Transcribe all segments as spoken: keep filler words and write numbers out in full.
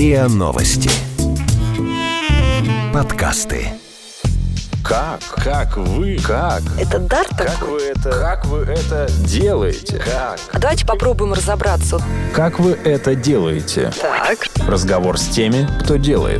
РИА Новости. Подкасты. Как? Как вы? Как? Это дар такой? Как вы это? Как вы это делаете? Как? А давайте попробуем разобраться. Как вы это делаете? Так. Разговор с теми, кто делает.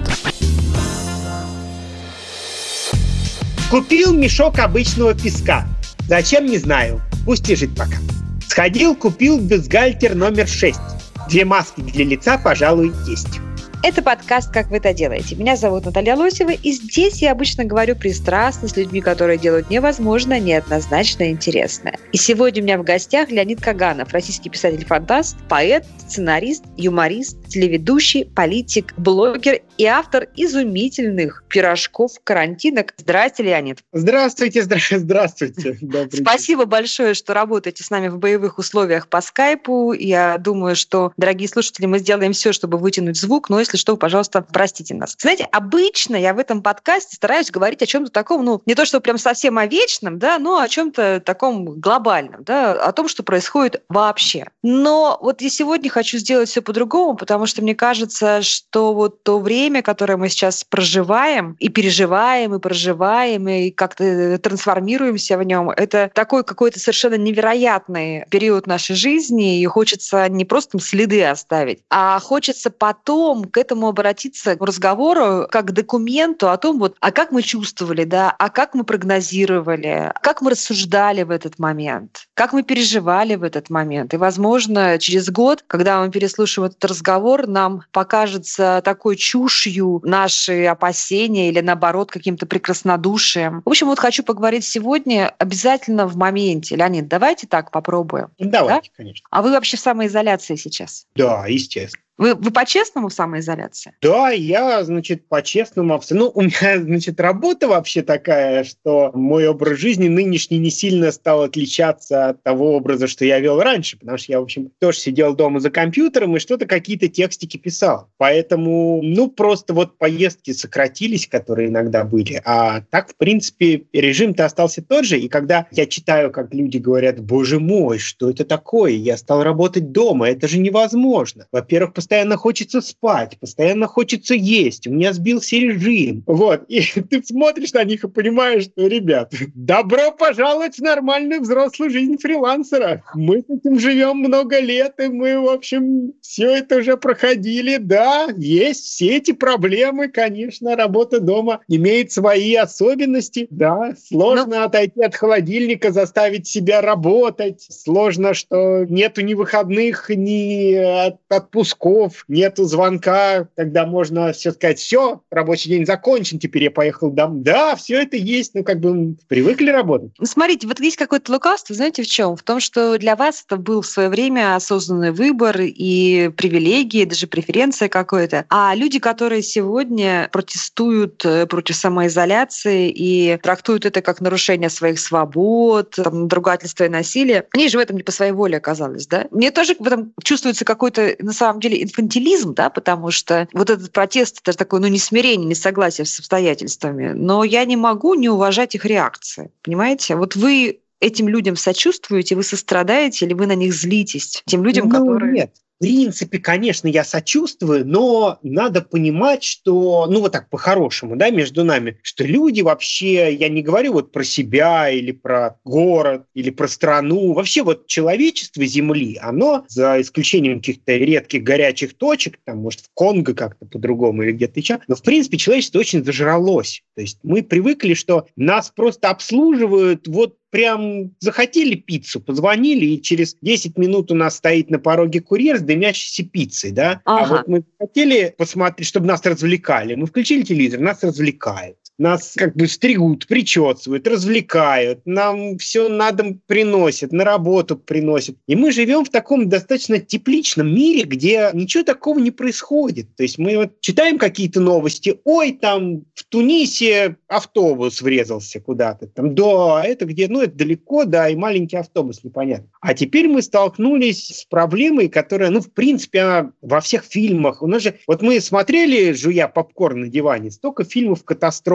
Купил мешок обычного песка. Зачем, не знаю. Пусть лежит пока. Сходил, купил бюстгальтер номер шесть. Две маски для лица, пожалуй, есть. Это подкаст «Как вы это делаете?». Меня зовут Наталья Лосева, и здесь я обычно говорю пристрастно с людьми, которые делают невозможное, неоднозначно интересное. И сегодня у меня в гостях Леонид Каганов, российский писатель-фантаст, поэт, сценарист, юморист, телеведущий, политик, блогер и автор изумительных пирожков-карантинок. Здрасте, Леонид. Здравствуйте, здра- здравствуйте. Спасибо большое, что работаете с нами в боевых условиях по скайпу. Я думаю, что, дорогие слушатели, мы сделаем все, чтобы вытянуть звук, но если что, пожалуйста, простите нас. Знаете, обычно я в этом подкасте стараюсь говорить о чем-то таком, ну, не то, что прям совсем о вечном, да, но о чем-то таком глобальном, да, о том, что происходит вообще. Но вот я сегодня хочу сделать все по-другому, потому что мне кажется, что вот то время, которое мы сейчас проживаем, и переживаем, и проживаем, и как-то трансформируемся в нем, это такой какой-то совершенно невероятный период нашей жизни, и хочется не просто следы оставить, а хочется потом к этому обратиться, к разговору, как к документу о том, вот, а как мы чувствовали, да, а как мы прогнозировали, как мы рассуждали в этот момент, как мы переживали в этот момент. И, возможно, через год, когда мы переслушаем этот разговор, нам покажется такой чушью наши опасения или, наоборот, каким-то прекраснодушием. В общем, вот хочу поговорить сегодня обязательно в моменте. Леонид, давайте так попробуем. Давайте, да? конечно. А вы вообще в самоизоляции сейчас? Да, естественно. Вы, вы по-честному в самоизоляции? Да, я, значит, по-честному. Ну, у меня, значит, работа вообще такая, что мой образ жизни нынешний не сильно стал отличаться от того образа, что я вел раньше, потому что я, в общем, тоже сидел дома за компьютером и что-то, какие-то текстики писал. Поэтому, ну, просто вот поездки сократились, которые иногда были, а так, в принципе, режим-то остался тот же. И когда я читаю, как люди говорят: боже мой, что это такое? Я стал работать дома, это же невозможно. Во-первых, постоянно хочется спать, постоянно хочется есть, у меня сбился режим. Вот, и ты смотришь на них и понимаешь, что, ребят, добро пожаловать в нормальную взрослую жизнь фрилансера. Мы с этим живем много лет, и мы, в общем, все это уже проходили. Да, есть все эти проблемы, конечно, работа дома имеет свои особенности. Да, сложно Но... отойти от холодильника, заставить себя работать. Сложно, что нету ни выходных, ни отпусков, нету звонка, когда можно все сказать: все, рабочий день закончен, теперь я поехал домой. Да, все это есть, ну как бы привыкли работать. Ну, смотрите, вот есть какое-то лукавство, знаете, в чем? В том, что для вас это был в свое время осознанный выбор и привилегии, даже преференция какая-то. А люди, которые сегодня протестуют против самоизоляции и трактуют это как нарушение своих свобод, там, надругательство и насилие, они же в этом не по своей воле оказались, да? Мне тоже в этом чувствуется какой-то, на самом деле, инфантилизм, да, потому что вот этот протест, это же такое, ну, несмирение, несогласие с обстоятельствами, но я не могу не уважать их реакции, понимаете? Вот вы этим людям сочувствуете, вы сострадаете или вы на них злитесь? Тем людям, ну, которые... Нет. В принципе, конечно, я сочувствую, но надо понимать, что, ну вот так по-хорошему, да, между нами, что люди вообще, я не говорю вот про себя или про город, или про страну, вообще вот человечество Земли, оно, за исключением каких-то редких горячих точек, там, может, в Конго как-то по-другому или где-то еще, но, в принципе, человечество очень зажралось. То есть мы привыкли, что нас просто обслуживают вот прям захотели пиццу, позвонили, и через десять минут у нас стоит на пороге курьер с дымящейся пиццей, да? Ага. А вот мы хотели посмотреть, чтобы нас развлекали. Мы включили телевизор, нас развлекают. Нас как бы стригут, причесывают, развлекают, нам все на дом приносят, на работу приносят. И мы живем в таком достаточно тепличном мире, где ничего такого не происходит. То есть мы вот читаем какие-то новости: ой, там в Тунисе автобус врезался куда-то. Там, да, это где, ну, это далеко, да, и маленький автобус, непонятно. А теперь мы столкнулись с проблемой, которая, ну, в принципе, она во всех фильмах. У нас же, вот мы смотрели, жуя попкорн на диване, столько фильмов катастроф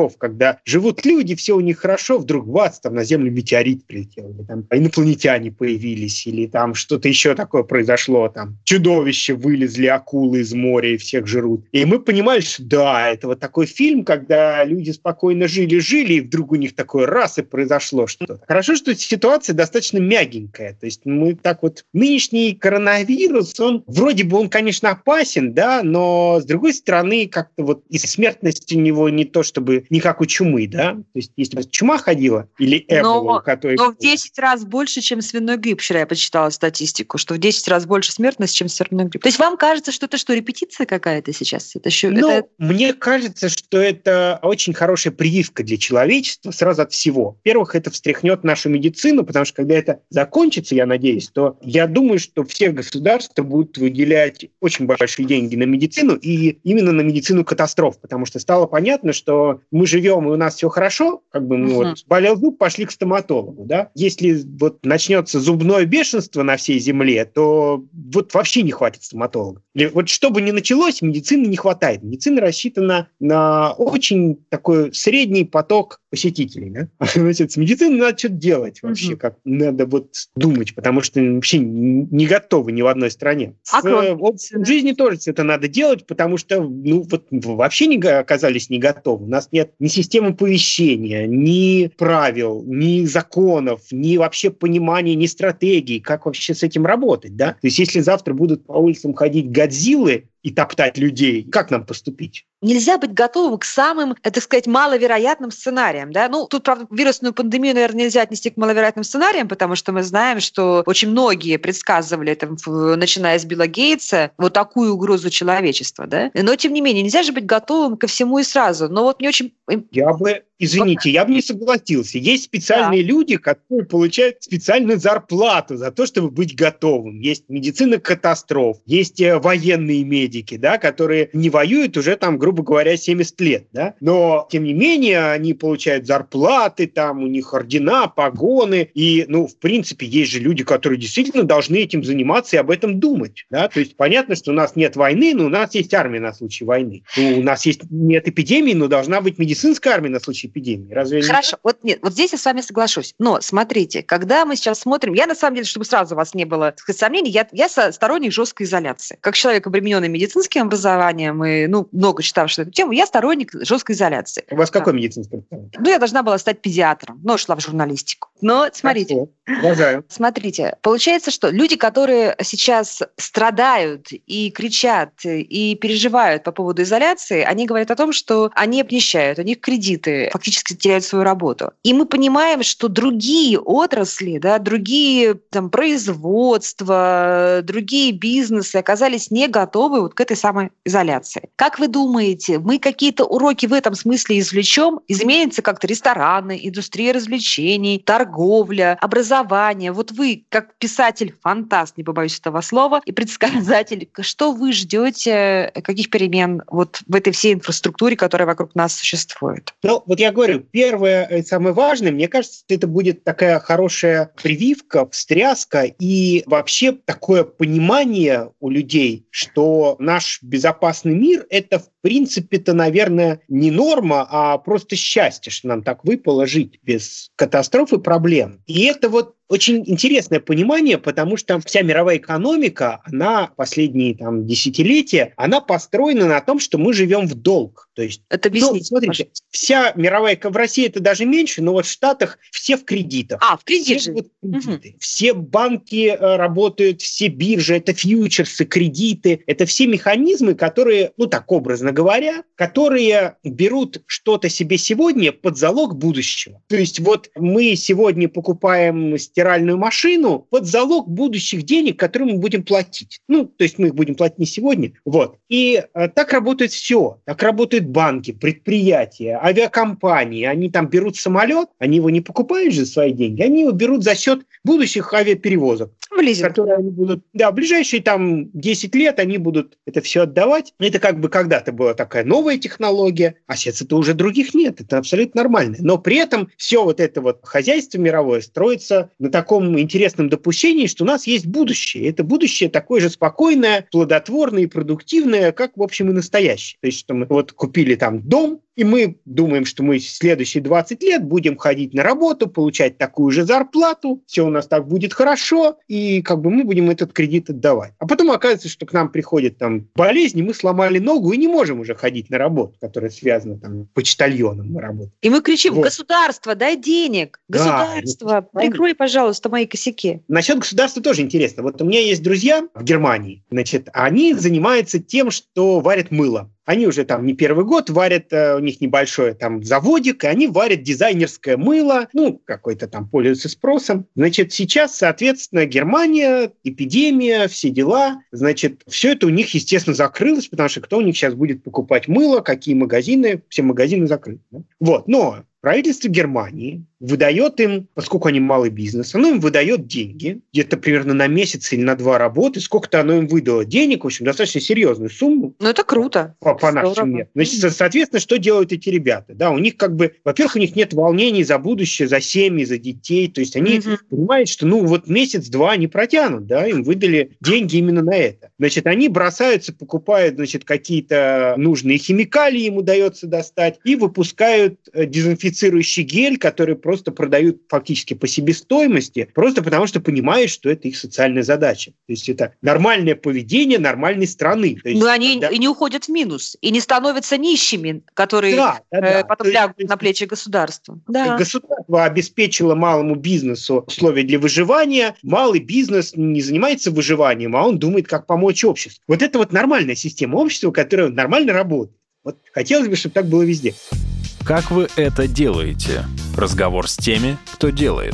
катастроф, когда живут люди, все у них хорошо, вдруг бац, там на Землю метеорит прилетел, или там инопланетяне появились, или там что-то еще такое произошло, там чудовища вылезли, акулы из моря и всех жрут. И мы понимали, что да, это вот такой фильм, когда люди спокойно жили-жили, и вдруг у них такое раз и произошло что-то. Хорошо, что ситуация достаточно мягенькая. То есть мы так вот... Нынешний коронавирус, он вроде бы, он, конечно, опасен, да, но с другой стороны, как-то вот и смертность у него не то чтобы не как у чумы, да. То есть если бы чума ходила или эбола, у которой... Но в десять раз больше, чем свиной грипп. Вчера я почитала статистику, что в десять раз больше смертность, чем свиной грипп. То есть вам кажется, что это что, репетиция какая-то сейчас? Это еще, ну, это... мне кажется, что это очень хорошая прививка для человечества сразу от всего. Во-первых, это встряхнет нашу медицину, потому что когда это закончится, я надеюсь, то я думаю, что все государства будут выделять очень большие деньги на медицину и именно на медицину катастроф, потому что стало понятно, что мы живем, и у нас все хорошо, как бы мы uh-huh. вот болел зуб, пошли к стоматологу, да. Если вот начнется зубное бешенство на всей земле, то вот вообще не хватит стоматолога. Или вот что бы ни началось, медицины не хватает. Медицина рассчитана на очень такой средний поток посетителей, да. Значит, с медициной надо что-то делать вообще, uh-huh. как надо вот думать, потому что вообще не готовы ни в одной стране. А С в жизни тоже это надо делать, потому что ну, вот, вообще не оказались не готовы. У нас нет ни системы оповещения, ни правил, ни законов, ни вообще понимания, ни стратегии, как вообще с этим работать. Да? То есть если завтра будут по улицам ходить Годзиллы и топтать людей, как нам поступить? Нельзя быть готовым к самым, так сказать, маловероятным сценариям. Да? Ну, тут, правда, вирусную пандемию, наверное, нельзя отнести к маловероятным сценариям, потому что мы знаем, что очень многие предсказывали, там, начиная с Билла Гейтса, вот такую угрозу человечества. Да? Но, тем не менее, нельзя же быть готовым ко всему и сразу. Но вот мне очень... Я бы, извините, я бы не согласился. Есть специальные да. люди, которые получают специальную зарплату за то, чтобы быть готовым. Есть медицина катастроф, есть военные медики, да, которые не воюют уже там, грубо говоря, семьдесят лет, да, но, тем не менее, они получают зарплаты, там, у них ордена, погоны, и, ну, в принципе, есть же люди, которые действительно должны этим заниматься и об этом думать, да, то есть понятно, что у нас нет войны, но у нас есть армия на случай войны, ну, у нас есть нет эпидемии, но должна быть медицинская армия на случай эпидемии, разве Хорошо, не так? Вот нет, вот здесь я с вами соглашусь, но смотрите, когда мы сейчас смотрим, я, на самом деле, чтобы сразу у вас не было, так сказать, сомнений, я, я сторонник жесткой изоляции, как человек, обремененный медицинским образованием и, ну, много читавший эту тему, я сторонник жесткой изоляции. У вас какой медицинский образование? Ну, я должна была стать педиатром, но шла в журналистику. Но смотрите, уважаю. Смотрите, получается, что люди, которые сейчас страдают и кричат, и переживают по поводу изоляции, они говорят о том, что они обнищают, у них кредиты, фактически теряют свою работу. И мы понимаем, что другие отрасли, да, другие там, производства, другие бизнесы оказались не готовы вот к этой самой изоляции. Как вы думаете, мы какие-то уроки в этом смысле извлечем? Изменятся как-то рестораны, индустрия развлечений, торговля, образование. Вот вы, как писатель, фантаст, не побоюсь этого слова, и предсказатель, что вы ждете, каких перемен вот в этой всей инфраструктуре, которая вокруг нас существует? Ну, вот я говорю, первое, самое важное, мне кажется, это будет такая хорошая прививка, встряска и вообще такое понимание у людей, что наш безопасный мир – это, в принципе-то, наверное, не норма, а просто счастье, что нам так выпало жить без катастроф и проблем. И это вот очень интересное понимание, потому что вся мировая экономика, она последние там, десятилетия, она построена на том, что мы живем в долг. То есть, это объясните, ну, смотрите, пожалуйста. Вся мировая экономика, в России это даже меньше, но вот в Штатах все в кредитах. А, в кредит же. Вот кредиты. Угу. Все банки работают, все биржи, это фьючерсы, кредиты, это все механизмы, которые, ну так образно говоря, которые берут что-то себе сегодня под залог будущего. То есть вот мы сегодня покупаем стиральную машину под залог будущих денег, которые мы будем платить. Ну, то есть мы их будем платить не сегодня. Вот. И а, так работает все. Так работают банки, предприятия, авиакомпании. Они там берут самолет, они его не покупают же за свои деньги, они его берут за счет будущих авиаперевозок. Которые они будут, да, в ближайшие там десять лет они будут это все отдавать. Это как бы когда-то была такая новая технология, а сейчас это уже других нет. Это абсолютно нормально. Но при этом все вот это вот хозяйство мировое строится на таком интересном допущении, что у нас есть будущее. И это будущее такое же спокойное, плодотворное и продуктивное, как, в общем, и настоящее. То есть, что мы вот купили там дом, и мы думаем, что мы следующие двадцать лет будем ходить на работу, получать такую же зарплату, все у нас так будет хорошо, и как бы мы будем этот кредит отдавать. А потом оказывается, что к нам приходит там болезнь, и мы сломали ногу и не можем уже ходить на работу, которая связана там почтальоном на работу. И мы кричим: вот. Государство, дай денег! Государство, да, прикрой, пожалуйста, мои косяки. Насчет государства тоже интересно. Вот у меня есть друзья в Германии, значит, они занимаются тем, что варят мыло. Они уже там не первый год варят, у них небольшой там заводик, и они варят дизайнерское мыло, ну, какой-то там пользуется спросом. Значит, сейчас, соответственно, Германия, эпидемия, все дела, значит, все это у них, естественно, закрылось, потому что кто у них сейчас будет покупать мыло, какие магазины, все магазины закрыты. Да? Вот, но правительство Германии выдает им, поскольку они малый бизнес, оно им выдает деньги, где-то примерно на месяц или на два работы, сколько-то оно им выдало денег, в общем, достаточно серьезную сумму. Ну, это круто. По, по нашим меркам. Значит, соответственно, что делают эти ребята? Да, у них как бы, во-первых, у них нет волнений за будущее, за семьи, за детей, то есть они mm-hmm. понимают, что, ну, вот месяц-два они протянут, да, им выдали деньги именно на это. Значит, они бросаются, покупают, значит, какие-то нужные химикалии, им удается достать, и выпускают дезинфицирующий гель, который просто продают фактически по себестоимости, просто потому что понимают, что это их социальная задача. То есть это нормальное поведение нормальной страны. То есть, но они когда... и не уходят в минус, и не становятся нищими, которые да, да, да. Э, потом есть, лягут на плечи государства. Да. Государство обеспечило малому бизнесу условия для выживания. Малый бизнес не занимается выживанием, а он думает, как помочь обществу. Вот это вот нормальная система общества, которая нормально работает. Вот хотелось бы, чтобы так было везде. Как вы это делаете? Разговор с теми, кто делает.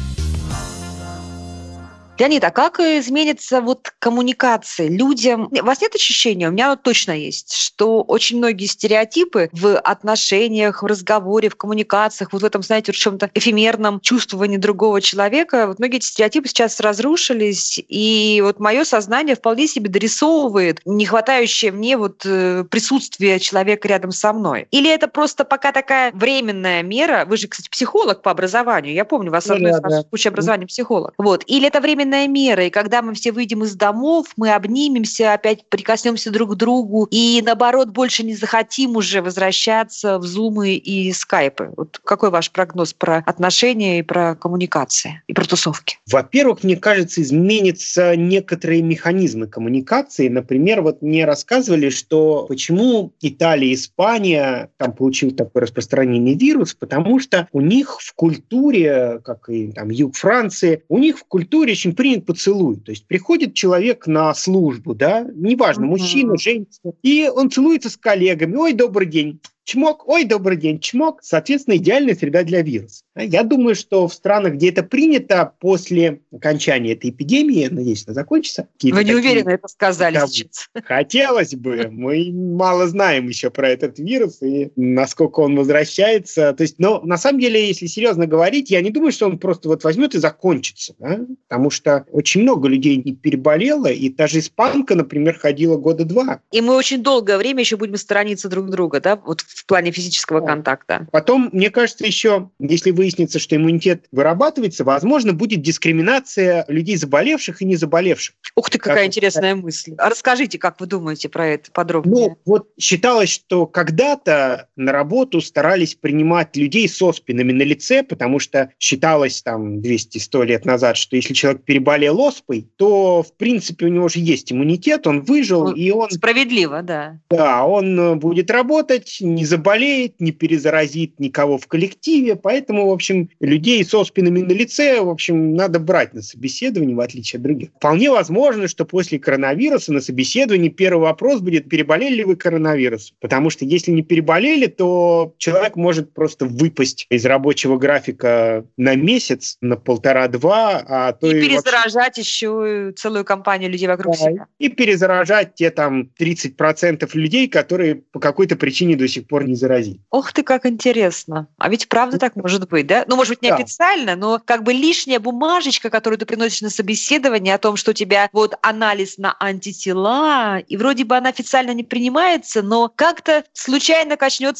Леонид, а как изменится вот коммуникация людям? У вас нет ощущения, у меня вот точно есть, что очень многие стереотипы в отношениях, в разговоре, в коммуникациях, вот в этом, знаете, в чем-то эфемерном чувствовании другого человека, вот многие эти стереотипы сейчас разрушились, и вот мое сознание вполне себе дорисовывает не хватающее мне вот присутствие человека рядом со мной. Или это просто пока такая временная мера? Вы же, кстати, психолог по образованию, я помню, у вас одно из нас куча образования психолог. Вот. Или это временная мера, и когда мы все выйдем из домов, мы обнимемся, опять прикоснемся друг к другу, и наоборот больше не захотим уже возвращаться в зумы и скайпы. Вот какой ваш прогноз про отношения и про коммуникации, и про тусовки? Во-первых, мне кажется, изменятся некоторые механизмы коммуникации. Например, вот мне рассказывали, что почему Италия и Испания там получил такое распространение вирус, потому что у них в культуре, как и там юг Франции, у них в культуре очень принят поцелуй. То есть приходит человек на службу, да, неважно, mm-hmm. мужчина, женщина, и он целуется с коллегами. Ой, добрый день. Чмок, ой, добрый день, чмок. Соответственно, идеальная среда для вируса. Я думаю, что в странах, где это принято, после окончания этой эпидемии, надеюсь, она закончится. Вы не уверены это сказали сейчас? Хотелось бы. Мы мало знаем еще про этот вирус и насколько он возвращается. То есть, но на самом деле, если серьезно говорить, я не думаю, что он просто вот возьмет и закончится. Да? Потому что очень много людей не переболело, и та же испанка, например, ходила года два. И мы очень долгое время еще будем сторониться друг друга, да, вот в плане физического да. контакта. Потом, мне кажется, еще, если выяснится, что иммунитет вырабатывается, возможно, будет дискриминация людей заболевших и не заболевших. Ух ты, какая как интересная это? мысль. А расскажите, как вы думаете про это подробнее? Ну, вот считалось, что когда-то на работу старались принимать людей с оспинами на лице, потому что считалось там двести-сто лет назад, что если человек переболел оспой, то, в принципе, у него же есть иммунитет, он выжил, ну, и он... Справедливо, да. Да, он будет работать, не заболеет, не перезаразит никого в коллективе, поэтому, в общем, людей с оспинами на лице, в общем, надо брать на собеседование, в отличие от других. Вполне возможно, что после коронавируса на собеседовании первый вопрос будет, переболели ли вы коронавирусом, потому что если не переболели, то человек может просто выпасть из рабочего графика на месяц, на полтора-два, а то и, и перезаражать вообще... еще целую компанию людей вокруг да, себя. И перезаражать те там тридцать процентов людей, которые по какой-то причине до сих пор не заразить. Ох ты, как интересно. А ведь правда так может быть, да? Ну, может быть, не официально, но как бы лишняя бумажечка, которую ты приносишь на собеседование о том, что у тебя вот анализ на антитела, и вроде бы она официально не принимается, но как-то случайно качнется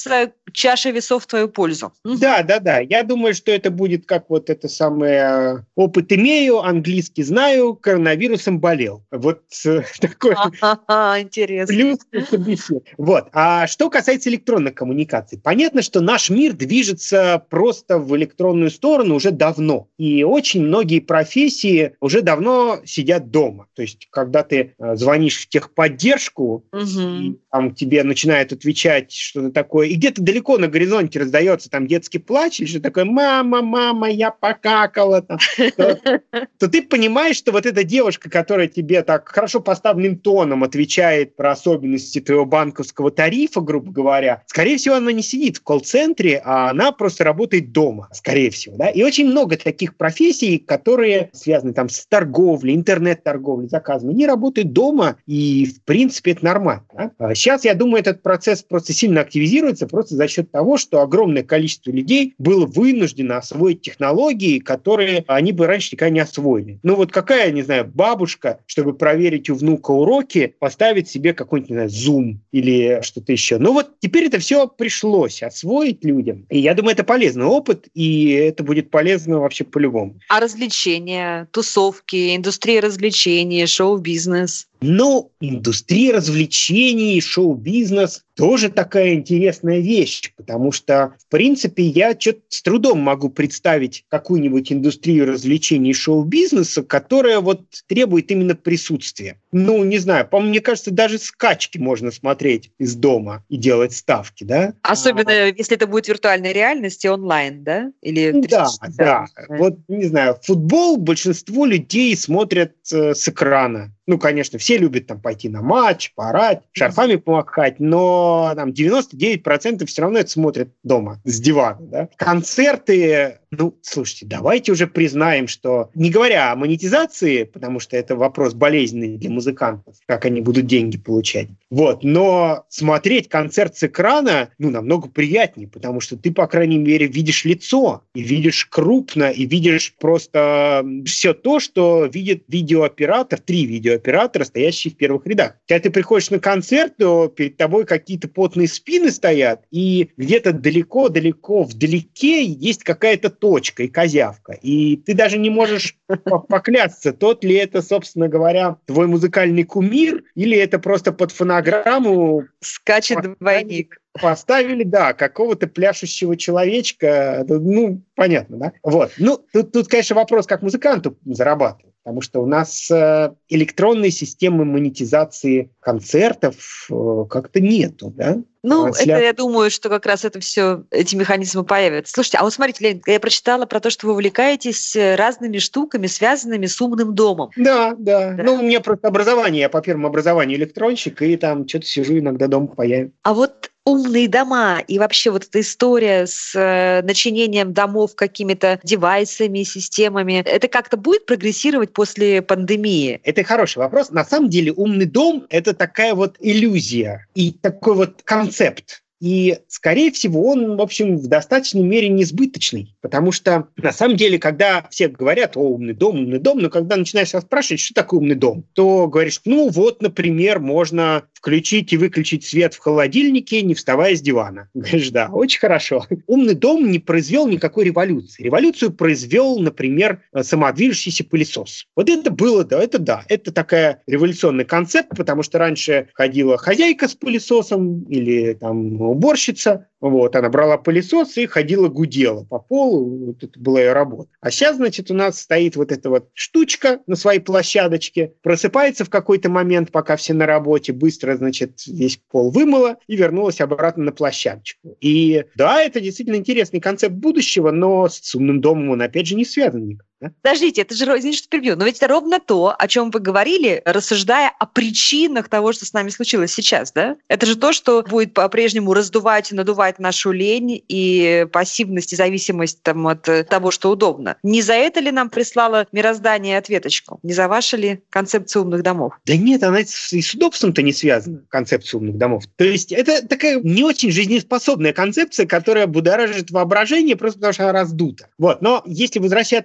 чаша весов в твою пользу. Да, да, да. Я думаю, что это будет как вот это самое опыт имею, английский знаю, коронавирусом болел. Вот такой интересно. Плюс собеседование. Вот. А что касается электронных коммуникаций, понятно, что наш мир движется просто в электронную сторону уже давно. И очень многие профессии уже давно сидят дома. То есть, когда ты звонишь в техподдержку, угу. и там тебе начинают отвечать что-то такое, и где-то далеко на горизонте раздается там детский плач, или что такое «мама, мама, я покакала», там, то, то ты понимаешь, что вот эта девушка, которая тебе так хорошо поставленным тоном отвечает про особенности твоего банковского тарифа, грубо говоря, скорее всего, она не сидит в колл-центре, а она просто работает дома, скорее всего. Да? И очень много таких профессий, которые связаны там с торговлей, интернет-торговлей, заказами, они работают дома, и, в принципе, это нормально. Да? Сейчас, я думаю, этот процесс просто сильно активизируется просто за счет того, что огромное количество людей было вынуждено освоить технологии, которые они бы раньше никогда не освоили. Ну вот какая, не знаю, бабушка, чтобы проверить у внука уроки, поставит себе какой-нибудь, не знаю, Zoom или что-то еще. Ну вот теперь это все пришлось освоить людям. И я думаю, это полезный опыт, и это будет полезно вообще по-любому. А развлечения, тусовки, индустрия развлечений, шоу-бизнес? Ну, индустрия развлечений, шоу-бизнес тоже такая интересная вещь, потому что, в принципе, я что-то с трудом могу представить какую-нибудь индустрию развлечений и шоу-бизнеса, которая вот требует именно присутствия. Ну, не знаю, по мне кажется, даже скачки можно смотреть из дома и делать ставки, да? Особенно, а... если это будет виртуальная реальность и онлайн, да? Или да, да. Вот, не знаю, футбол большинство людей смотрят э, с экрана. Ну, конечно, все любят там пойти на матч, поорать, шарфами помахать, но там девяносто девять процентов все равно это смотрят дома, с дивана. Да? Концерты, ну, слушайте, давайте уже признаем, что, не говоря о монетизации, потому что это вопрос болезненный для музыкантов, как они будут деньги получать, вот, но смотреть концерт с экрана, ну, намного приятнее, потому что ты, по крайней мере, видишь лицо, и видишь крупно, и видишь просто все то, что видит видеооператор, три видеооператора, оператора, стоящие в первых рядах. Когда ты приходишь на концерт, то перед тобой какие-то потные спины стоят, и где-то далеко-далеко вдалеке есть какая-то точка и козявка. И ты даже не можешь поклясться, тот ли это, собственно говоря, твой музыкальный кумир, или это просто под фонограмму скачет двойник. Поставили, да, какого-то пляшущего человечка. Ну, понятно, да? Вот. Ну, тут, тут, конечно, вопрос, как музыканту зарабатывать. Потому что у нас э, электронной системы монетизации концертов э, как-то нету, да? Ну, Трансля... это, я думаю, что как раз это все, эти механизмы появятся. Слушайте, а вот смотрите, Леонид, я прочитала про то, что вы увлекаетесь разными штуками, связанными с умным домом. Да, да. да. Ну, у меня просто образование, я по первому образованию электронщик, и там что-то сижу иногда дома появится. А вот умные дома и вообще вот эта история с э, начинением домов какими-то девайсами, системами, это как-то будет прогрессировать после пандемии? Это хороший вопрос. На самом деле умный дом – это такая вот иллюзия и такой вот концепт. И, скорее всего, он, в общем, в достаточной мере несбыточный. Потому что, на самом деле, когда все говорят «О, умный дом, умный дом», но когда начинаешь спрашивать, что такое умный дом, то говоришь, ну вот, например, можно включить и выключить свет в холодильнике, не вставая с дивана. Говоришь, да, очень хорошо. Умный дом не произвел никакой революции. Революцию произвел, например, самодвижущийся пылесос. Вот это было, да, это да. Это такая революционный концепт, потому что раньше ходила хозяйка с пылесосом или там уборщица, вот, она брала пылесос и ходила, гудела по полу, вот это была ее работа. А сейчас, значит, у нас стоит вот эта вот штучка на своей площадочке, просыпается в какой-то момент, пока все на работе, быстро, значит, весь пол вымыла и вернулась обратно на площадочку. И да, это действительно интересный концепт будущего, но с умным домом он, опять же, не связан никак. Да? Подождите, это же, извините, что перебью, но ведь это ровно то, о чем вы говорили, рассуждая о причинах того, что с нами случилось сейчас, да? Это же то, что будет по-прежнему раздувать и надувать нашу лень и пассивность и зависимость там, от того, что удобно. Не за это ли нам прислало мироздание ответочку? Не за ваша ли концепция умных домов? Да нет, она и с удобством-то не связана, концепция умных домов. То есть это такая не очень жизнеспособная концепция, которая будоражит воображение просто потому, что она раздута. Вот. Но если возвращаться вот к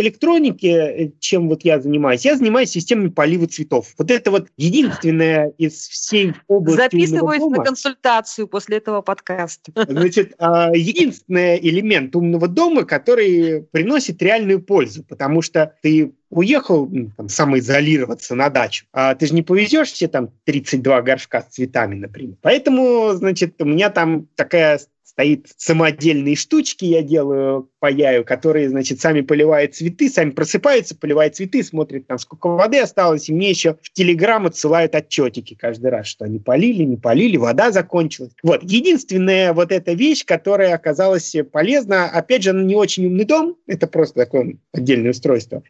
электронике, чем вот я занимаюсь, я занимаюсь системами полива цветов. Вот это вот единственное из всей области Записываюсь умного дома. на консультацию после этого подкаста. Значит, единственный элемент умного дома, который приносит реальную пользу, потому что ты уехал там, самоизолироваться на дачу, а ты же не повезешь все там тридцать два горшка с цветами, например. Поэтому, значит, у меня там такая стоит самодельные штучки, я делаю паяю, которые, значит, сами поливают цветы, сами просыпаются, поливают цветы, смотрят, там, сколько воды осталось, и мне еще в Телеграм отсылают отчетики каждый раз, что они полили, не полили, вода закончилась. Вот. Единственная вот эта вещь, которая оказалась полезна, опять же, она не очень умный дом, это просто такое отдельное устройство,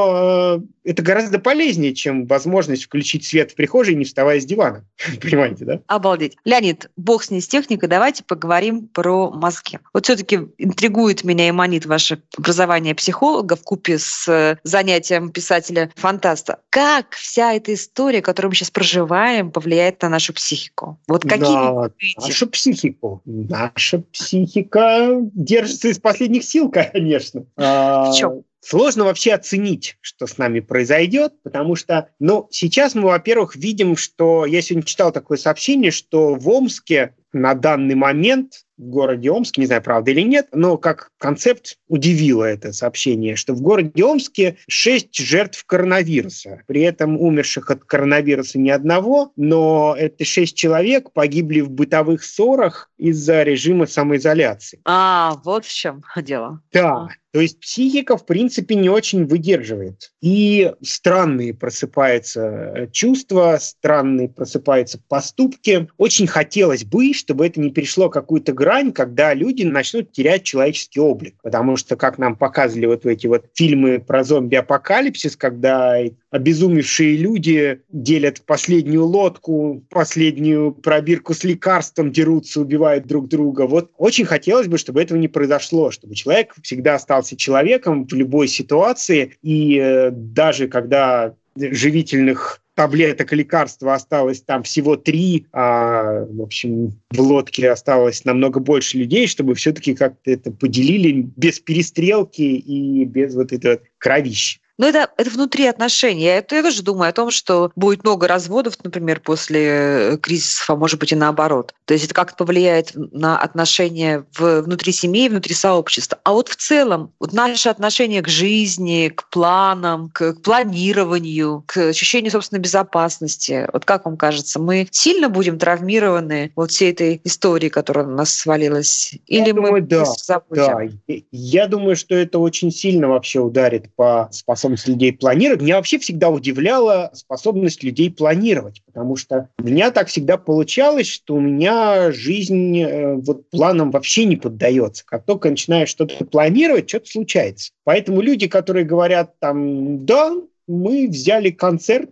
но э, это гораздо полезнее, чем возможность включить свет в прихожей, не вставая с дивана. Понимаете, да? Обалдеть. Леонид, бог с ней с техникой, давайте поговорим про мозги. Вот все-таки интригует меня и манит ваше образование психолога вкупе с занятием писателя-фантаста. Как вся эта история, которую мы сейчас проживаем, повлияет на нашу психику? Вот какие на нашу психику? Наша психика держится из последних сил, конечно. В чем? Сложно вообще оценить, что с нами произойдет, потому что, ну, сейчас мы, во-первых, видим, что... Я сегодня читал такое сообщение, что в Омске на данный момент, в городе Омск, не знаю, правда или нет, но как концепт удивило это сообщение, что в городе Омске шесть жертв коронавируса. При этом умерших от коронавируса ни одного, но это шесть человек погибли в бытовых ссорах из-за режима самоизоляции. А, вот в чем дело. Да. То есть психика, в принципе, не очень выдерживает. И странные просыпаются чувства, странные просыпаются поступки. Очень хотелось бы, чтобы это не перешло какую-то грань, когда люди начнут терять человеческий облик. Потому что, как нам показывали вот эти вот фильмы про зомби-апокалипсис, когда обезумевшие люди делят последнюю лодку, последнюю пробирку с лекарством, дерутся, убивают друг друга. Вот очень хотелось бы, чтобы этого не произошло, чтобы человек всегда остался человеком в любой ситуации, и э, даже когда живительных таблеток и лекарства осталось там всего три, а, в общем, в лодке осталось намного больше людей, чтобы все-таки как-то это поделили без перестрелки и без вот этого кровища. Но это, это внутри отношений. Я, я тоже думаю о том, что будет много разводов, например, после кризисов, а может быть и наоборот. То есть это как-то повлияет на отношения в, внутри семьи, внутри сообщества. А вот в целом вот наше отношение к жизни, к планам, к, к планированию, к ощущению собственной безопасности. Вот как вам кажется, мы сильно будем травмированы вот всей этой историей, которая на нас свалилась? Или я мы думаю, да, забудем? да. Я думаю, что это очень сильно вообще ударит по способности людей планировать. Меня вообще всегда удивляла способность людей планировать, потому что у меня так всегда получалось, что у меня жизнь э, вот планам вообще не поддается. Как только начинаешь что-то планировать, что-то случается. Поэтому люди, которые говорят там, да, мы взяли концерт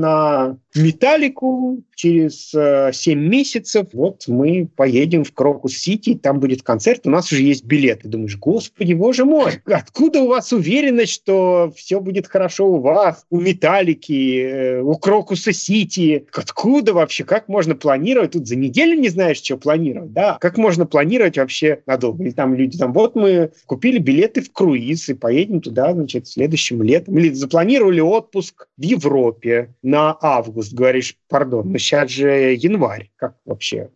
на Металлику через э, семь месяцев, вот мы поедем в Крокус-Сити, там будет концерт, у нас уже есть билеты. Думаешь, господи, боже мой, откуда у вас уверенность, что все будет хорошо у вас, у Металлики, э, у Крокуса-Сити? Откуда вообще? Как можно планировать? Тут за неделю не знаешь, что планировать, да? Как можно планировать вообще надолго? Или там люди там, вот мы купили билеты в круиз и поедем туда, значит, следующим летом. Или запланировали отпуск в Европе на август. Говоришь, пардон, но сейчас же январь. Как вообще?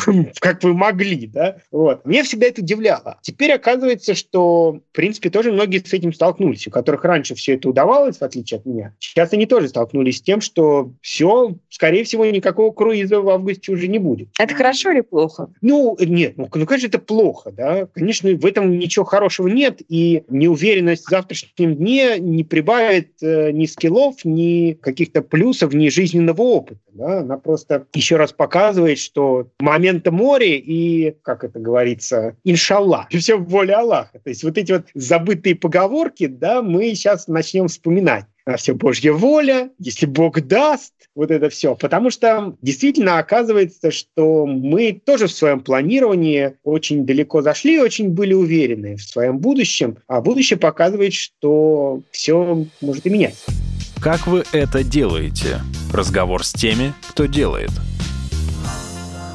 Как вы могли, да? Вот. Меня всегда это удивляло. Теперь оказывается, что, в принципе, тоже многие с этим столкнулись, у которых раньше все это удавалось, в отличие от меня. Сейчас они тоже столкнулись с тем, что все, скорее всего, никакого круиза в августе уже не будет. Это хорошо или плохо? Ну, нет, ну, ну конечно, это плохо, да. Конечно, в этом ничего хорошего нет, и неуверенность в завтрашнем дне не прибавит э, ни скиллов, ни каких-то плюсов, ни жизненного опыта. Да? Она просто еще раз показывает, что момента море и, как это говорится, иншаллах, все в воле Аллаха. То есть вот эти вот забытые поговорки, да, мы сейчас начнем вспоминать. А все Божья воля, если Бог даст, вот это все. Потому что действительно оказывается, что мы тоже в своем планировании очень далеко зашли, очень были уверены в своем будущем, а будущее показывает, что все может и меняться. Как вы это делаете? Разговор с теми, кто делает.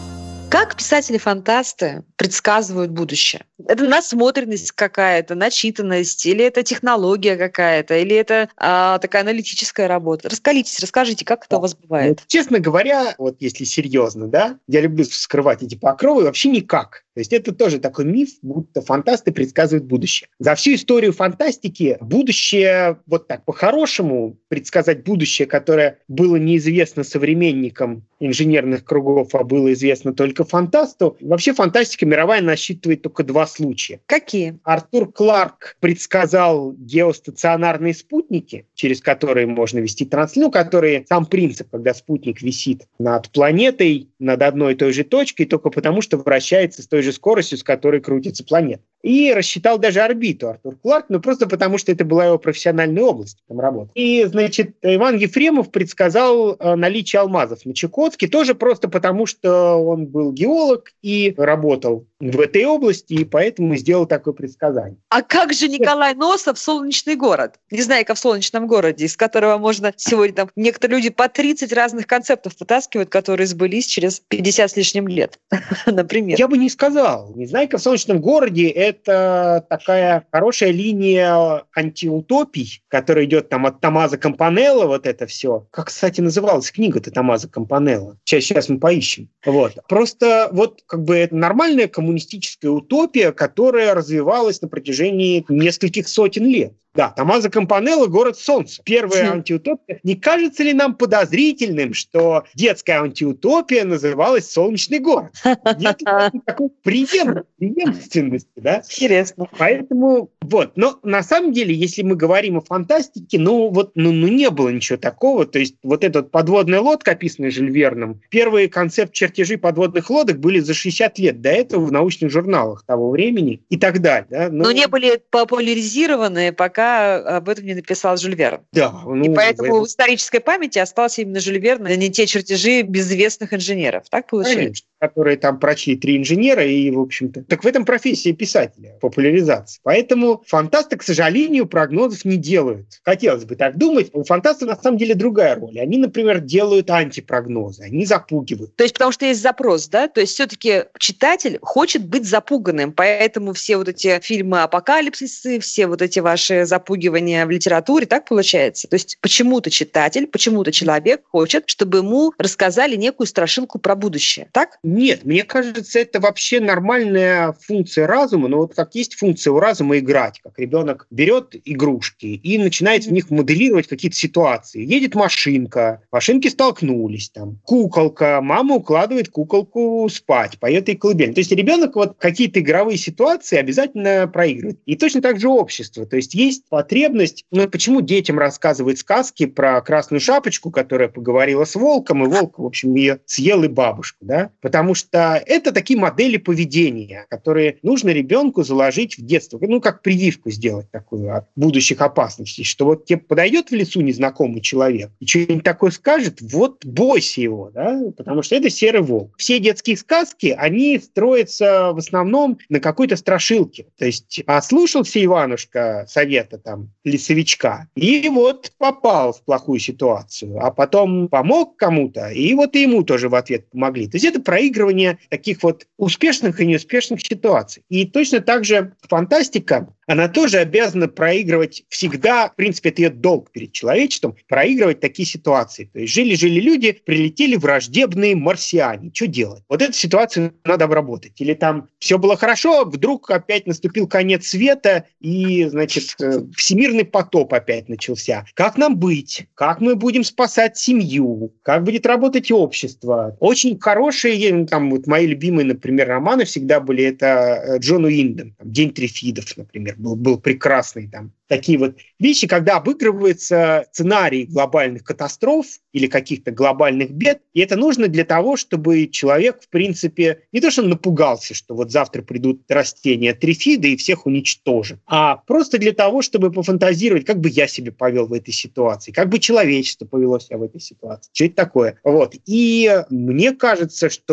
Как писатели-фантасты предсказывают будущее? Это насмотренность какая-то, начитанность, или это технология какая-то, или это а, такая аналитическая работа? Раскалитесь, расскажите, как это у вас бывает? Ну, честно говоря, вот если серьезно, да, я люблю вскрывать эти покровы, вообще никак. То есть это тоже такой миф, будто фантасты предсказывают будущее. За всю историю фантастики будущее, вот так по-хорошему, предсказать будущее, которое было неизвестно современникам инженерных кругов, а было известно только фантасту. Вообще фантастика мировая насчитывает только два случая. Какие? Артур Кларк предсказал геостационарные спутники, через которые можно вести трансляцию, ну, которые сам принцип, когда спутник висит над планетой, над одной и той же точкой, только потому, что вращается с той же скоростью, с которой крутится планета. И рассчитал даже орбиту Артур Кларк, ну просто потому, что это была его профессиональная область там работы. И, значит, Иван Ефремов предсказал э, наличие алмазов на Чукотке, тоже просто потому, что он был геолог и работал в этой области, и поэтому сделал такое предсказание. А как же Николай Носов «Солнечный город»? Незнайка в солнечном городе, из которого можно сегодня там некоторые люди по тридцать разных концептов вытаскивают, которые сбылись через пятьдесят с лишним лет, например. Я бы не сказал. Незнайка в солнечном городе — это такая хорошая линия антиутопий, которая идет там от Томмазо Кампанелло, вот это все. Как, кстати, называлась книга-то Томмазо Кампанелло? Сейчас, сейчас мы поищем. Вот. Просто вот как бы это нормальная коммунистическая утопия, которая развивалась на протяжении нескольких сотен лет. Да, Томмазо Кампанелло «Город солнца». Первая антиутопия. Не кажется ли нам подозрительным, что детская антиутопия называлась «Солнечный город»? Нет такой преемственности, да? Интересно. Поэтому вот. Но на самом деле, если мы говорим о фантастике, ну вот ну, ну не было ничего такого. То есть вот эта вот подводная лодка, описанная Жюль Верном, первые концепт-чертежи подводных лодок были за шестьдесят лет до этого в научных журналах того времени и так далее. Да? Но... Но не были популяризированы, пока об этом не написал Жюль Верн. Да. Ну, и поэтому это... в исторической памяти остался именно Жюль Верн, а не те чертежи безвестных инженеров. Так получилось? Конечно, которые там прочли три инженера и, в общем-то... Так в этом профессия писателя, популяризация. Поэтому фантасты, к сожалению, прогнозов не делают. Хотелось бы так думать. У фантастов на самом деле другая роль. Они, например, делают антипрогнозы, они запугивают. То есть потому что есть запрос, да? То есть все-таки читатель хочет быть запуганным, поэтому все вот эти фильмы апокалипсисы, все вот эти ваши запугивания в литературе, так получается? То есть почему-то читатель, почему-то человек хочет, чтобы ему рассказали некую страшилку про будущее, так? Нет, мне кажется, это вообще нормальная функция разума, но вот как есть функция у разума играть, как ребенок берет игрушки и начинает в них моделировать какие-то ситуации. Едет машинка, машинки столкнулись, там, куколка, мама укладывает куколку спать, поет ей колыбель. То есть ребенок вот какие-то игровые ситуации обязательно проигрывает. И точно так же общество. То есть есть потребность, ну почему детям рассказывают сказки про Красную Шапочку, которая поговорила с волком, и волк, в общем, ее съел и бабушку, да? Потому что это такие модели поведения, которые нужно ребенку заложить в детство, ну как прививку сделать такую от будущих опасностей, что вот тебе подойдет в лесу незнакомый человек и что-нибудь такое скажет, вот бойся его, да? Потому что это серый волк. Все детские сказки, они строятся в основном на какой-то страшилке. То есть ослушался Иванушка совета там лесовичка и вот попал в плохую ситуацию, а потом помог кому-то, и вот и ему тоже в ответ помогли. То есть это проигрывание таких вот успешных и неуспешных ситуаций. И точно так же фантастика, она тоже обязана проигрывать всегда, в принципе, это ее долг перед человечеством, проигрывать такие ситуации. То есть жили-жили люди, прилетели враждебные марсиане. Что делать? Вот эту ситуацию надо обработать. Или там все было хорошо, вдруг опять наступил конец света, и, значит, всемирный потоп опять начался. Как нам быть? Как мы будем спасать семью? Как будет работать общество? Очень хорошие, там, вот мои любимые, например, романы всегда были, это Джон Уиндом, «День Трифидов», например, был, был прекрасный там. Такие вот вещи, когда обыгрывается сценарий глобальных катастроф или каких-то глобальных бед, и это нужно для того, чтобы человек, в принципе, не то что он напугался, что вот завтра придут растения трифиды и всех уничтожат, а просто для того, чтобы пофантазировать, как бы я себя повел в этой ситуации, как бы человечество повело себя в этой ситуации, что это такое. Вот. И мне кажется, что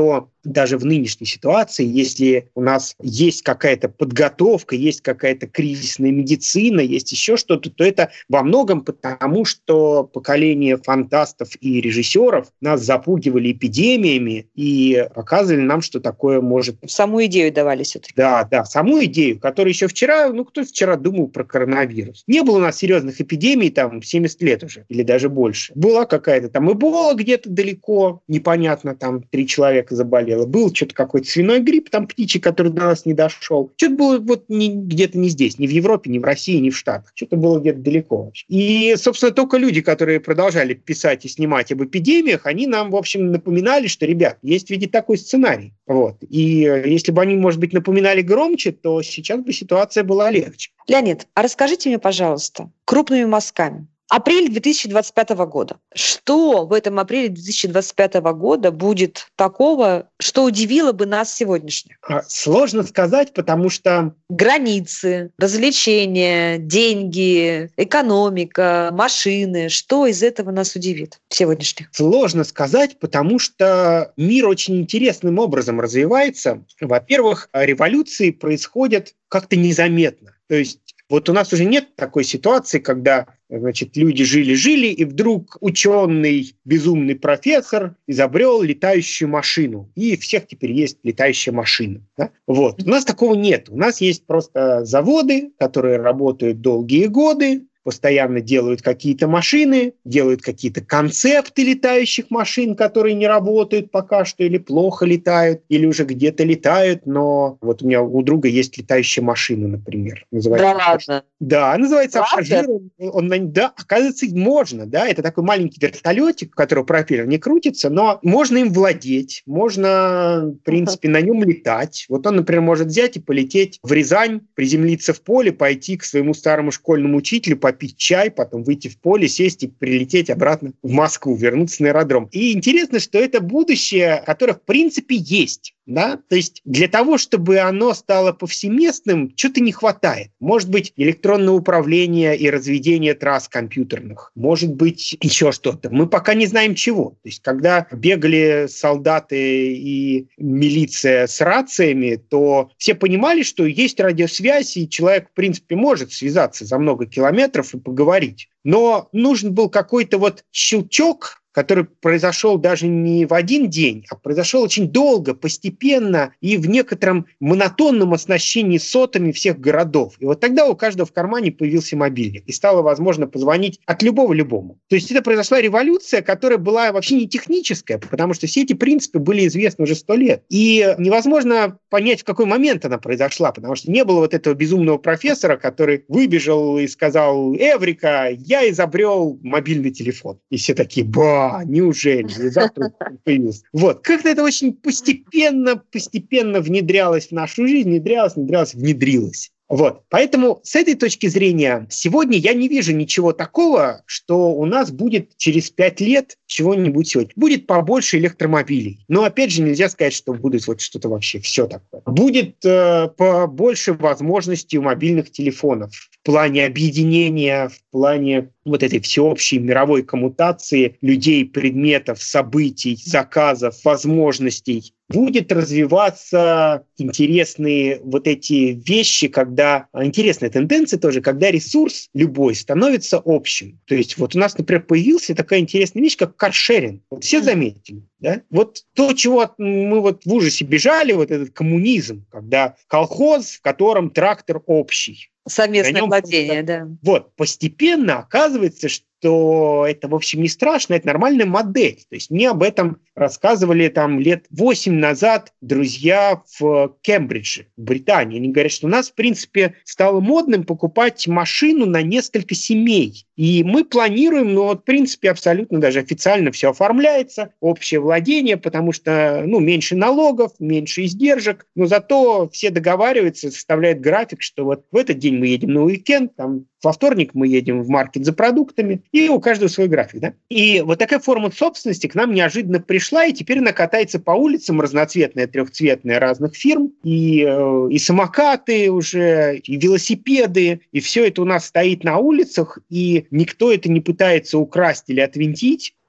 даже в нынешней ситуации, если у нас есть какая-то подготовка, есть какая-то кризисная медицина, есть еще что-то, то это во многом потому, что поколение фантастов и режиссеров нас запугивали эпидемиями и показывали нам, что такое может... Саму идею давали все-таки. Да, да, саму идею, которая еще вчера, ну, кто вчера думал про коронавирус? Не было у нас серьезных эпидемий там семьдесят лет уже, или даже больше. Была какая-то там эбола где-то далеко, непонятно, там три человека заболело. Был что-то какой-то свиной грипп, там птичий, который до нас не дошел. Что-то было вот не, где-то не здесь, ни в Европе, ни в России, ни в Штатах. Что-то было где-то далеко. И, собственно, только люди, которые продолжали писать и снимать об эпидемиях, они нам, в общем, напоминали, что, ребят, есть ведь такой сценарий. Вот. И если бы они, может быть, напоминали громче, то сейчас бы ситуация была легче. Леонид, а расскажите мне, пожалуйста, крупными мазками. Апрель две тысячи двадцать пятого года. Что в этом апреле две тысячи двадцать пятого года будет такого, что удивило бы нас сегодняшних? Сложно сказать, потому что... Границы, развлечения, деньги, экономика, машины. Что из этого нас удивит сегодняшних? Сложно сказать, потому что мир очень интересным образом развивается. Во-первых, революции происходят как-то незаметно. То есть вот у нас уже нет такой ситуации, когда, значит, люди жили-жили, и вдруг ученый, безумный профессор изобрел летающую машину, и у всех теперь есть летающая машина. Да? Вот. У нас такого нет. У нас есть просто заводы, которые работают долгие годы, постоянно делают какие-то машины, делают какие-то концепты летающих машин, которые не работают пока что, или плохо летают, или уже где-то летают, но вот у меня у друга есть летающая машина, например. Называется, да ладно? Да, называется «Пассажир». Он, да, оказывается, можно, да, это такой маленький вертолетик, у которого пропеллер не крутится, но можно им владеть, можно, в принципе, на нем летать. Вот он, например, может взять и полететь в Рязань, приземлиться в поле, пойти к своему старому школьному учителю, попить чай, потом выйти в поле, сесть и прилететь обратно в Москву, вернуться на аэродром. И интересно, что это будущее, которое, в принципе, есть. Да? То есть для того, чтобы оно стало повсеместным, что-то не хватает. Может быть, электронное управление и разведение трасс компьютерных. Может быть, еще что-то. Мы пока не знаем чего. То есть когда бегали солдаты и милиция с рациями, то все понимали, что есть радиосвязь, и человек, в принципе, может связаться за много километров и поговорить. Но нужен был какой-то вот щелчок, который произошел даже не в один день, а произошел очень долго, постепенно и в некотором монотонном оснащении сотами всех городов. И вот тогда у каждого в кармане появился мобильник, и стало возможно позвонить от любого любому. То есть это произошла революция, которая была вообще не техническая, потому что все эти принципы были известны уже сто лет. И невозможно понять, в какой момент она произошла, потому что не было вот этого безумного профессора, который выбежал и сказал: «Эврика, я изобрел мобильный телефон». И все такие: «Ба! Неужели?» И завтра появился. Вот. Как-то это очень постепенно, постепенно внедрялось в нашу жизнь, внедрялось, внедрялось, внедрилось. Вот. Поэтому с этой точки зрения сегодня я не вижу ничего такого, что у нас будет через пять лет чего-нибудь сегодня. Будет побольше электромобилей. Но опять же нельзя сказать, что будет вот что-то вообще все такое. Будет э, побольше возможностей у мобильных телефонов в плане объединения, в плане вот этой всеобщей мировой коммутации людей, предметов, событий, заказов, возможностей. Будет развиваться интересные вот эти вещи, когда... Интересная тенденция тоже, когда ресурс любой становится общим. То есть вот у нас, например, появилась такая интересная вещь, как каршеринг. Вот все заметили, да? Вот то, чего мы вот в ужасе бежали, вот этот коммунизм, когда колхоз, в котором трактор общий. Совместное владение, да. Вот, постепенно оказывается, что это, в общем, не страшно, это нормальная модель. То есть мне об этом рассказывали там лет восемь назад друзья в Кембридже, в Британии. Они говорят, что у нас, в принципе, стало модным покупать машину на несколько семей. И мы планируем, ну, вот, в принципе, абсолютно даже официально все оформляется, общее владение, потому что, ну, меньше налогов, меньше издержек, но зато все договариваются, составляют график, что вот в этот день мы едем на уикенд, там, во вторник мы едем в маркет за продуктами, и у каждого свой график, да? И вот такая форма собственности к нам неожиданно пришла, и теперь она катается по улицам, разноцветная, трехцветная, разных фирм, и, э, и самокаты уже, и велосипеды, и все это у нас стоит на улицах, и никто это не пытается украсть или отвинтить.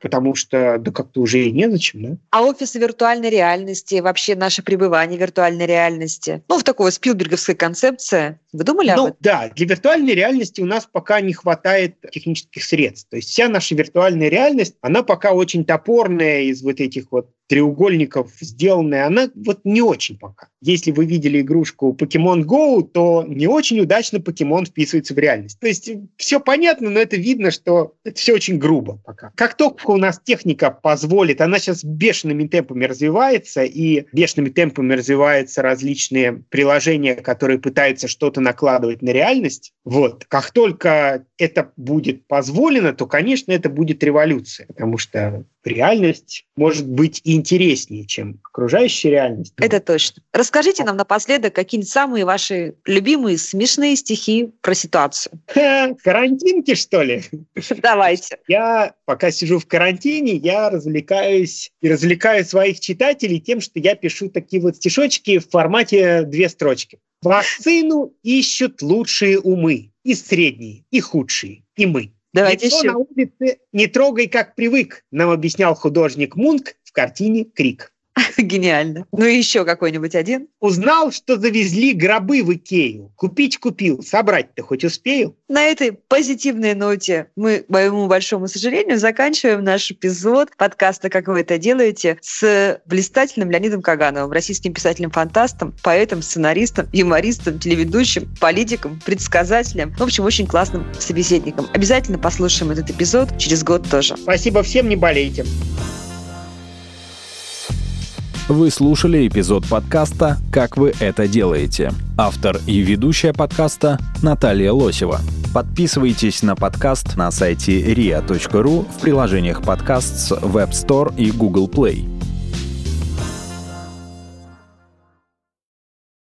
потому что да как-то уже и незачем, да? А офисы виртуальной реальности, вообще наше пребывание в виртуальной реальности, ну, в такой спилберговской концепции, вы думали об ну, этом? Да, для виртуальной реальности у нас пока не хватает технических средств. То есть вся наша виртуальная реальность, она пока очень топорная, из вот этих вот треугольников сделанная, она вот не очень пока. Если вы видели игрушку Pokemon Go, то не очень удачно покемон вписывается в реальность. То есть все понятно, но это видно, что это все очень грубо пока. Как только у нас техника позволит, она сейчас бешеными темпами развивается, и бешеными темпами развиваются различные приложения, которые пытаются что-то накладывать на реальность. Вот. Как только это будет позволено, то, конечно, это будет революция, потому что реальность может быть и интереснее, чем окружающая реальность. Это точно. Расскажите нам напоследок какие-нибудь самые ваши любимые смешные стихи про ситуацию. Ха, карантинки, что ли? Давайте. Я пока сижу в карантине, я развлекаюсь и развлекаю своих читателей тем, что я пишу такие вот стишочки в формате две строчки. Вакцину ищут лучшие умы, и средние, и худшие, и мы. Давайте Лицо еще. на улице не трогай, как привык, нам объяснял художник Мунк в картине «Крик». Гениально. Ну и еще какой-нибудь один. Узнал, что завезли гробы в Икею. Купить купил, собрать-то хоть успею? На этой позитивной ноте мы, к моему большому сожалению, заканчиваем наш эпизод подкаста «Как вы это делаете» с блистательным Леонидом Кагановым, российским писателем-фантастом, поэтом, сценаристом, юмористом, телеведущим, политиком, предсказателем. В общем, очень классным собеседником. Обязательно послушаем этот эпизод через год тоже. Спасибо всем, не болейте. Вы слушали эпизод подкаста «Как вы это делаете». Автор и ведущая подкаста Наталья Лосева. Подписывайтесь на подкаст на сайте риа точка ру, в приложениях подкаст с Web Store и Google Play.